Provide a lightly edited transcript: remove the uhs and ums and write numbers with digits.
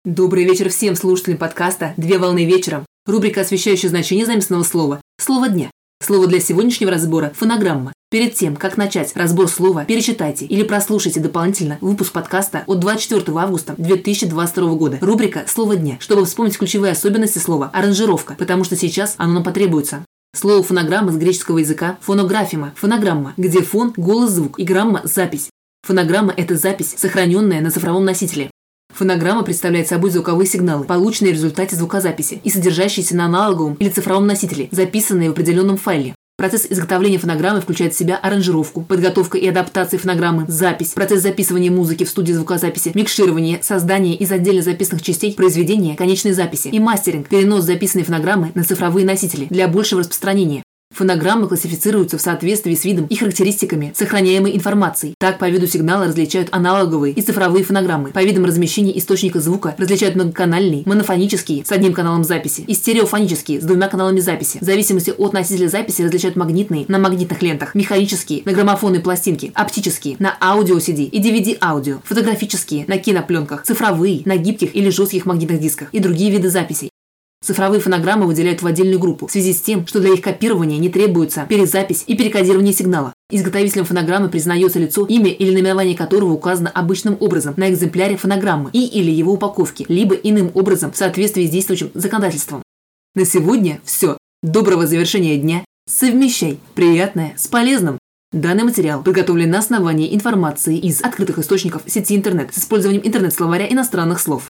Добрый вечер всем слушателям подкаста «Две волны вечером». Рубрика, освещающая значение заместного слова «Слово дня». Слово для сегодняшнего разбора – фонограмма. Перед тем, как начать разбор слова, перечитайте или прослушайте дополнительно выпуск подкаста от 24 августа 2022 года. Рубрика «Слово дня», чтобы вспомнить ключевые особенности слова «аранжировка», потому что сейчас оно нам потребуется. Слово фонограмма с греческого языка фонографема, фонограмма, где фон – голос, звук и грамма – запись. Фонограмма – это запись, сохраненная на цифровом носителе. Фонограмма представляет собой звуковые сигналы, полученные в результате звукозаписи и содержащиеся на аналоговом или цифровом носителе, записанные в определенном файле. Процесс изготовления фонограммы включает в себя аранжировку, подготовку и адаптацию фонограммы, запись, процесс записывания музыки в студии звукозаписи, микширование, создание из отдельно записанных частей произведения конечной записи и мастеринг, перенос записанной фонограммы на цифровые носители для большего распространения. Фонограммы классифицируются в соответствии с видом и характеристиками сохраняемой информации. Так, по виду сигнала различают аналоговые и цифровые фонограммы. По видам размещения источника звука различают многоканальные, монофонические с одним каналом записи и стереофонические с двумя каналами записи. В зависимости от носителя записи различают магнитные на магнитных лентах, механические на граммофонной пластинке, оптические на аудио-CD и DVD-аудио, фотографические на кинопленках, цифровые на гибких или жестких магнитных дисках и другие виды записей. Цифровые фонограммы выделяют в отдельную группу в связи с тем, что для их копирования не требуется перезапись и перекодирование сигнала. Изготовителем фонограммы признается лицо, имя или наименование которого указано обычным образом на экземпляре фонограммы и или его упаковке, либо иным образом в соответствии с действующим законодательством. На сегодня все. Доброго завершения дня. Совмещай приятное с полезным. Данный материал подготовлен на основании информации из открытых источников сети интернет с использованием интернет-словаря иностранных слов.